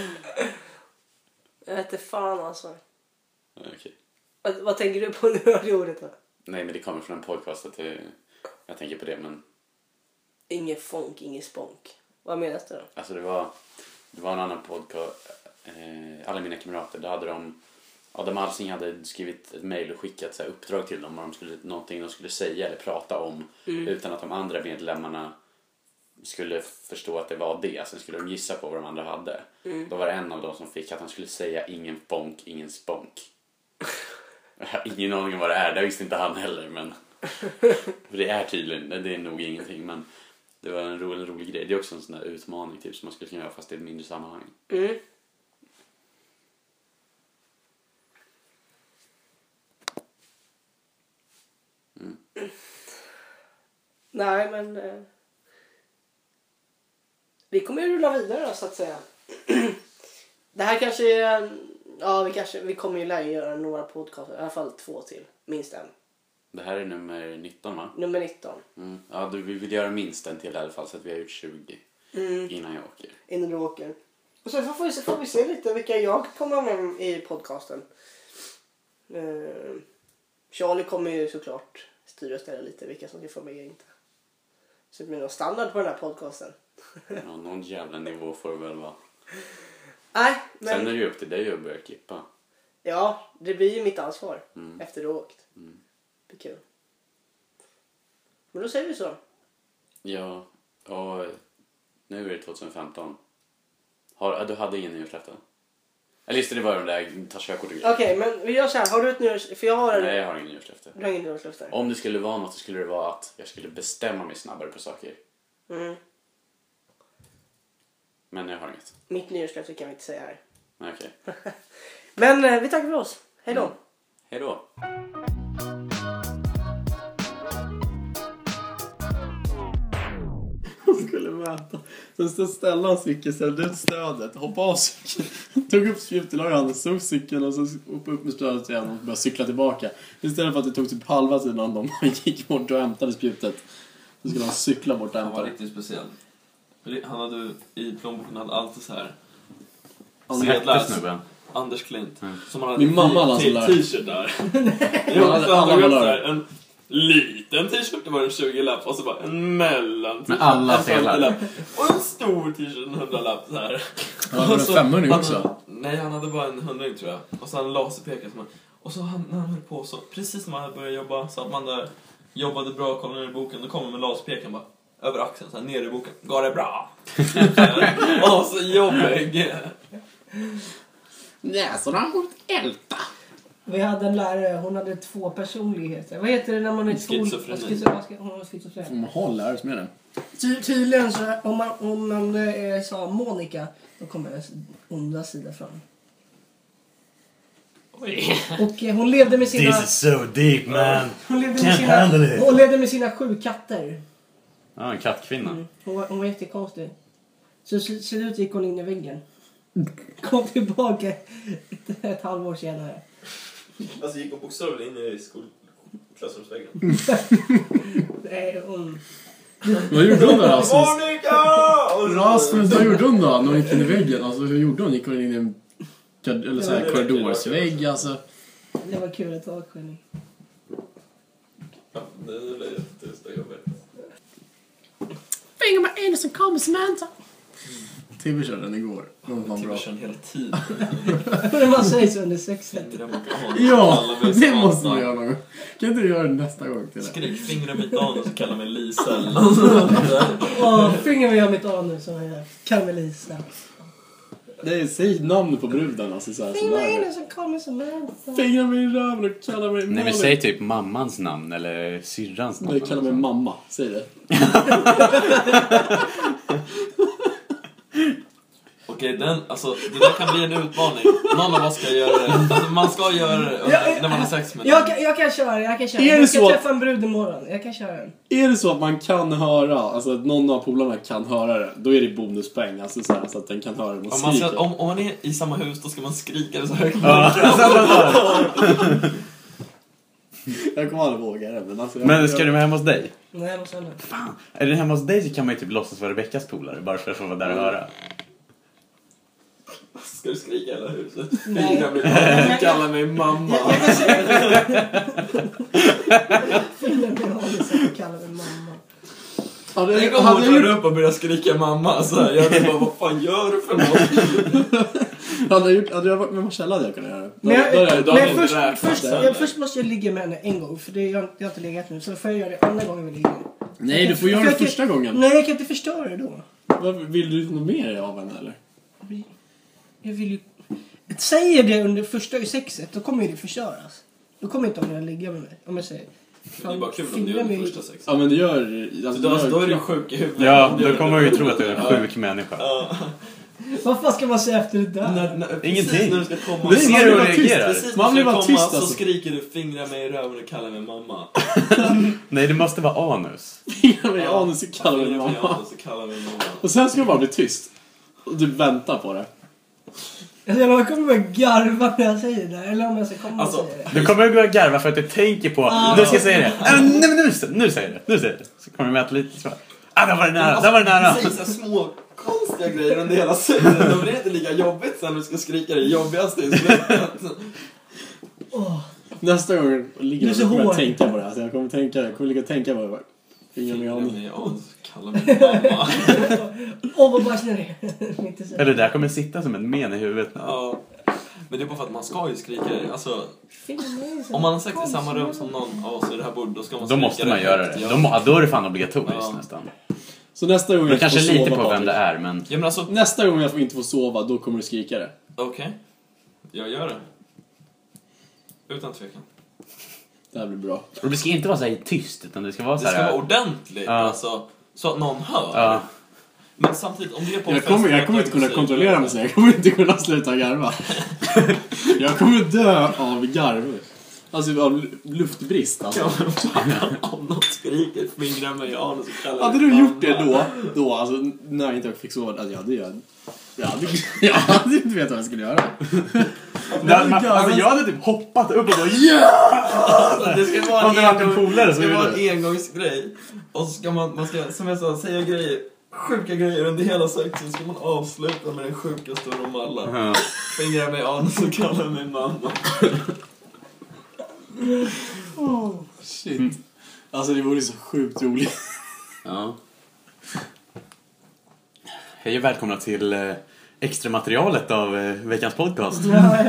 Jag vet inte fan alltså. Okay. Vad tänker du på nu av ordet då? Nej, men det kommer från en podcast att jag tänker på det, men... Ingen fonk, ingen sponk. Vad menas det då? Alltså det var en annan podcast. Alla mina kamrater, då hade de... Adam Alsing hade skrivit ett mejl och skickat så här uppdrag till dem om någonting de skulle säga eller prata om utan att de andra medlemmarna skulle förstå att det var det. Sen skulle de gissa på vad de andra hade. Då var det en av dem som fick att han skulle säga ingen fonk, ingen sponk. Jag har ingen aning om vad det är, det visste inte han heller, men för det är tydligen, det är nog ingenting, men det var en rolig grej. Det är också en sån där utmaning typ, som man skulle kunna göra fast i ett mindre sammanhang. Nej, men... vi kommer ju rulla vidare så att säga. Det här kanske är... Ja, vi kommer ju lära göra några podcast. I alla fall 2 till. Minst en. Det här är nummer 19, va? Nummer 19. Ja, vi vill göra minst en till i alla fall så att vi har gjort 20 innan jag åker. Innan du åker. Och sen får vi se lite vilka jag kommer med i podcasten. Charlie kommer ju såklart styra och ställa lite vilka som ska få med och inte. Så det blir någon standard på den här podcasten. Ja, någon jävla nivå får det väl vara. Nej, men... Sen är det ju upp till dig att börja klippa. Ja, det blir ju mitt ansvar efter du har åkt. Det blir kul. Men då säger vi så. Ja, och nu är det 2015. Du hade ingen nyårslöfte? Eller just det, var de där ta körkort och grejer. Okej, men vi gör så här. Har du ett nyårslöfte? För jag har Nej, jag har ingen nyårslöfte. Du har ingen nyårslöfte? Om det skulle vara något så skulle det vara att jag skulle bestämma mig snabbare på saker. Men jag har inget. Mitt nyårslöfte kan vi inte säga här. Nej, okej. Men vi tackar för oss. Hej då. Hej då. Skulle mäta. Sen ställde han cykeln, ställde ut stödet, hoppade av cykeln, tog upp spjutet, la han stod cykeln och så upp med stödet igen och började cykla tillbaka. Istället för att det tog typ halva tiden när de gick bort och hämtade spjutet. Så skulle han cykla bort och Han hämta var det. riktigt speciell. Han hade i plånboken hade alltid så här Snubben. Anders Klint. Som han hade Min mamma hade till alltså t-shirt där. alla Han var hade där. en liten t-shirt, det var en 20-lapp. Och så bara en mellan t-shirt, med alla en delar. 50-lapp. Och en stor t-shirt, en 100-lapp så här. Han hade en 500 också. Nej, han hade bara en 100 tror jag. Och så han laserpekare som och så när han höll på så, precis när man hade börjat jobba, så att man där jobbade bra, kollade ner i boken, då kommer med laserpekaren bara över axeln, så här ner i boken. Går det bra? Och så jobbig. Näsorna mot älta. Vi hade en lärare, hon hade 2 personligheter. Vad heter det när man är Schizofreni. Hon har schizofreni. Om man har lärs med det. Tydligen så om man sa Monica, då kommer den onda sidan fram. Och hon levde med sina... This is so deep, man. Hon levde Can't handle it. hon levde med sina 7 katter. Ja, en kattkvinna. Hon var jättekonstig. Så ser ut gick hon in i väggen. Kom tillbaka ett halvår senare. Alltså gick hon bokstavligen in i klassrumsväggen. Nej, Vad gjorde hon då? Monica! Rasmus, vad gjorde hon då? När hon gick in i väggen? Alltså hur gjorde hon? Gick hon in i en eller så här korridorsvägg? Alltså. det var kul ett tag, Jenny. Ja, det är jättetyst och jobbigt. Finger med en som kommer Samantha. TV körde den igår. Den var bra. TV kör hela tiden. Man säger så under sexet. Ja, det måste man göra någon gång. Kan inte du göra det nästa gång till det? Skrik fingrar mitt anus och kallar mig Lisa eller Finger med mitt anus som jag kallar mig Lisa. Det är säg namnet på bruden alltså så här så Finger med där. en som kommer Samantha. Fingrar mig i röven och kallar mig Nej, men säg typ mammans namn eller syrrans namn. Nej, kallar mig mamma. Säg det. Okej, alltså, det där kan bli en utmaning. Någon av oss ska göra det. Alltså, man ska göra det när man har sex med Jag kan köra. Är det Jag ska så? träffa en brud imorgon. Jag kan köra den. Är det så att man kan höra, alltså att någon av polarna kan höra det, då är det bonuspoäng, alltså så, här, så att den kan höra musik. Om man är i samma hus, då ska man skrika det så högt. Jag kommer aldrig våga det, men alltså, Men ska du med hemma hos dig? Nej, jag måste ändå. Fan. Är det hemma hos dig så kan man ju typ låtsas vara Rebeckas polare bara för att få vara där och höra. Ska du skrika i hela huset? Nej. Fingrar mitt anus, kallar mig mamma. Jag kan säga Finger med anus och kallar mig mamma. Tänk om hon tar upp och börjar skrika mamma så här. Jag bara, vad fan gör du för något? Hade jag varit med Marcella hade jag kunnat göra det. Men först måste jag ligga med henne en gång. För jag har inte legat nu. Så får jag göra det andra gången vi ligger. Nej, du får göra det första gången. Nej, jag kan inte förstöra det då. Vill du något mer av henne eller? Jag vill ju... Säger det under första sexet, då kommer det förstöras. Då kommer inte hon att ligga med mig. Om jag säger... Det är bara kul om du gör det första sex. Ja, men det gör... Alltså, Då är du sjuk i huvudet. Ja, då kommer jag ju tro att du är en sjuk människa. Vad fan ska man säga efter det där? Ingenting. När du ska komma. Du ser hur hon reagerar. Precis Man blir när bara du ska komma tyst, så alltså. skriker du fingrar mig i röven och kallar mig mamma. Nej, det måste vara anus. Fingrar mig i anus och kallar mig Fingrar mig i mamma. anus och kallar mig mamma. Och sen ska du bara bli tyst. Och du väntar på det. Jag kommer börja garva när jag säger det där. Eller om jag ska komma Alltså, och säga det. Du kommer att gå och garva för att du tänker på nu ska jag säga det. Nej, men nu säger det. Nu säger det. Så kommer du med att lite så. Där var det nära. Där var det nära. Säg så här små konstiga grejer under hela sägen. Då blir det inte lika jobbigt sen när du ska skrika det jobbigaste i slutet. Nästa gång ligger Du är så jag kommer hård. att tänka på det. Alltså jag kommer ligga och tänka på det. Fingrar mig i Fingrar anus. mig i anus och kallar mig mamma. Vad bajsnödig. Inte så. Eller det där kommer sitta som en men i huvudet. Ja. Men det är bara för att man ska ju skrika det. Alltså, Fingrar mig så. om man har sagt i samma rum som någon av oss i det här bordet, då ska man Då skrika måste man göra högt, det. ja. Då är det fan obligatoriskt Ja. nästan. Så nästa gång Det jag kanske får lite sova, på vem det Patrik. är, men... Ja men alltså, Nästa gång jag inte får sova, då kommer du skrika det. okej. Jag gör det. Utan tvekan. Det här blir bra. Och det ska inte vara så här tyst, utan det ska vara Det så ska här... vara ordentligt, Ja. alltså. Så att någon hör. Ja. Men samtidigt, om det är på en Jag fest kommer med inte kunna musik, kontrollera mig så jag kommer inte kunna sluta garva. Jag kommer dö av garv. Alltså av luftbrist alltså. Ja, men fan, om någon skriker, fingrar mig i anus och kallar Hade mig du gjort det mamma. då alltså när jag inte fick sova, alltså jag hade inte vetat vad jag skulle göra. Alltså jag hade typ hoppat upp och bara Alltså, det ska vara Om det var en polare så det är var det. en engångsgrej. Och så ska man ska, som jag sa, säga grejer, sjuka grejer under hela sexen. Så ska man avsluta med den sjukaste av dem alla. Ja. Fingrar mig i anus och kallar mig mamma. Shit. Alltså det vore så sjukt roligt. Ja. Hej och välkomna till extra materialet av veckans podcast.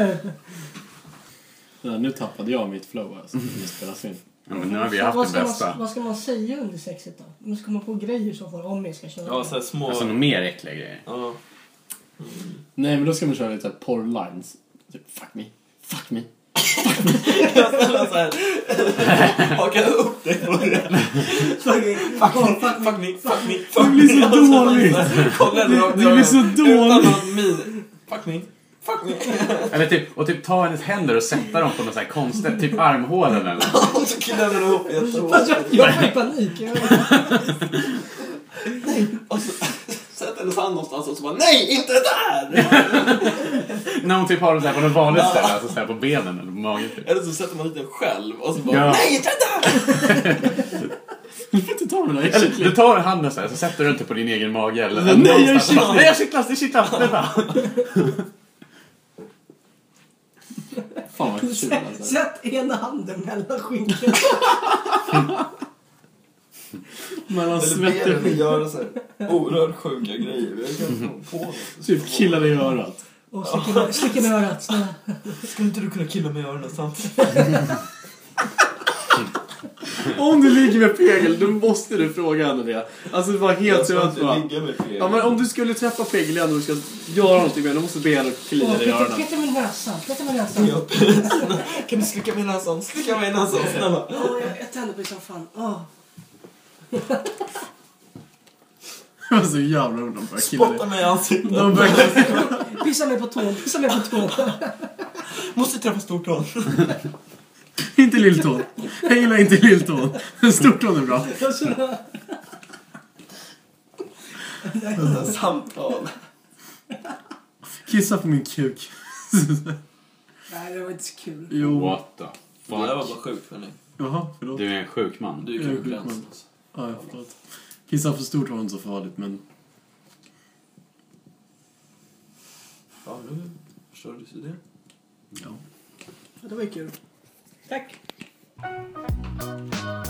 Ja, nu tappade jag mitt flow alltså. Det spelas in. Ja, men nu har vi haft det bästa. Vad ska man säga under sexet då? Nu ska man på grejer som får om jag ska köra. Ja, så här små... Alltså några mer äckliga grejer. Ja. Nej men då ska man köra lite porrlines. Typ fuck me. Fuck me. Jag ställer så här. Haka upp dig på det. Fuck me, fuck me. Det blir så dåligt. Det blir så Utan dåligt. någon min. Fuck me. Eller typ ta hennes händer och sätta dem på något så här konstigt, typ armhålen eller något. Och så killar den ihop jättehårt. Jag får panik. Och så sätter hennes hand någonstans och så bara nej, inte där! När hon typ har dem så här på något vanligt ställe, alltså så här på benen eller på magen typ. Eller så sätter man dit den själv och så bara Ja. nej, inte där! Du får inte ta mig där. Eller du tar handen så här, så sätter du inte på din egen mage eller Nej, jag någonstans. kittlas. Nej, jag kittlas, det kittlas. Vänta. Fan vad kul alltså. Sätt ena handen mellan skinkorna. Mellan Eller svett ber och den göra så här oerhört sjuka grejer. Jag kan komma på det. typ killar i örat. Och slicka med örat. Snälla. Skulle inte du kunna killa mig i öronen samtidigt? Om du ligger med Pegel, då måste du fråga henne det. Alltså det var helt Jag ska sönt. inte ligga med fel. Ja men om du skulle träffa Pegel igen och du ska göra någonting med henne, då måste du be henne klia dig i öronen. Peta med näsan. Peta med näsan. Ja. Kan du slicka mig i näsan? Slicka mig i näsan, snälla. Jag tänder på det som fan. Det var så jävla roligt. De började killa Spotta dig. mig i ansiktet. De började... Pissa mig på tån. Pissa mig på tån. Måste träffa stortån. Inte lilltån. Jag gillar inte lilltån. Stortån är bra. Samtal. Kissa på min kuk. Nej, det var inte så kul. Jo. What the Det där var fuck? bara sjukt för mig. Jaha, förlåt. Du är en sjuk man. Du är Jag är kul sjuk, man. Ja, förlåt. Kissa för stort var inte så farligt, men... Ja, nu förstår du det. Ja. Det var ju kul. Tack.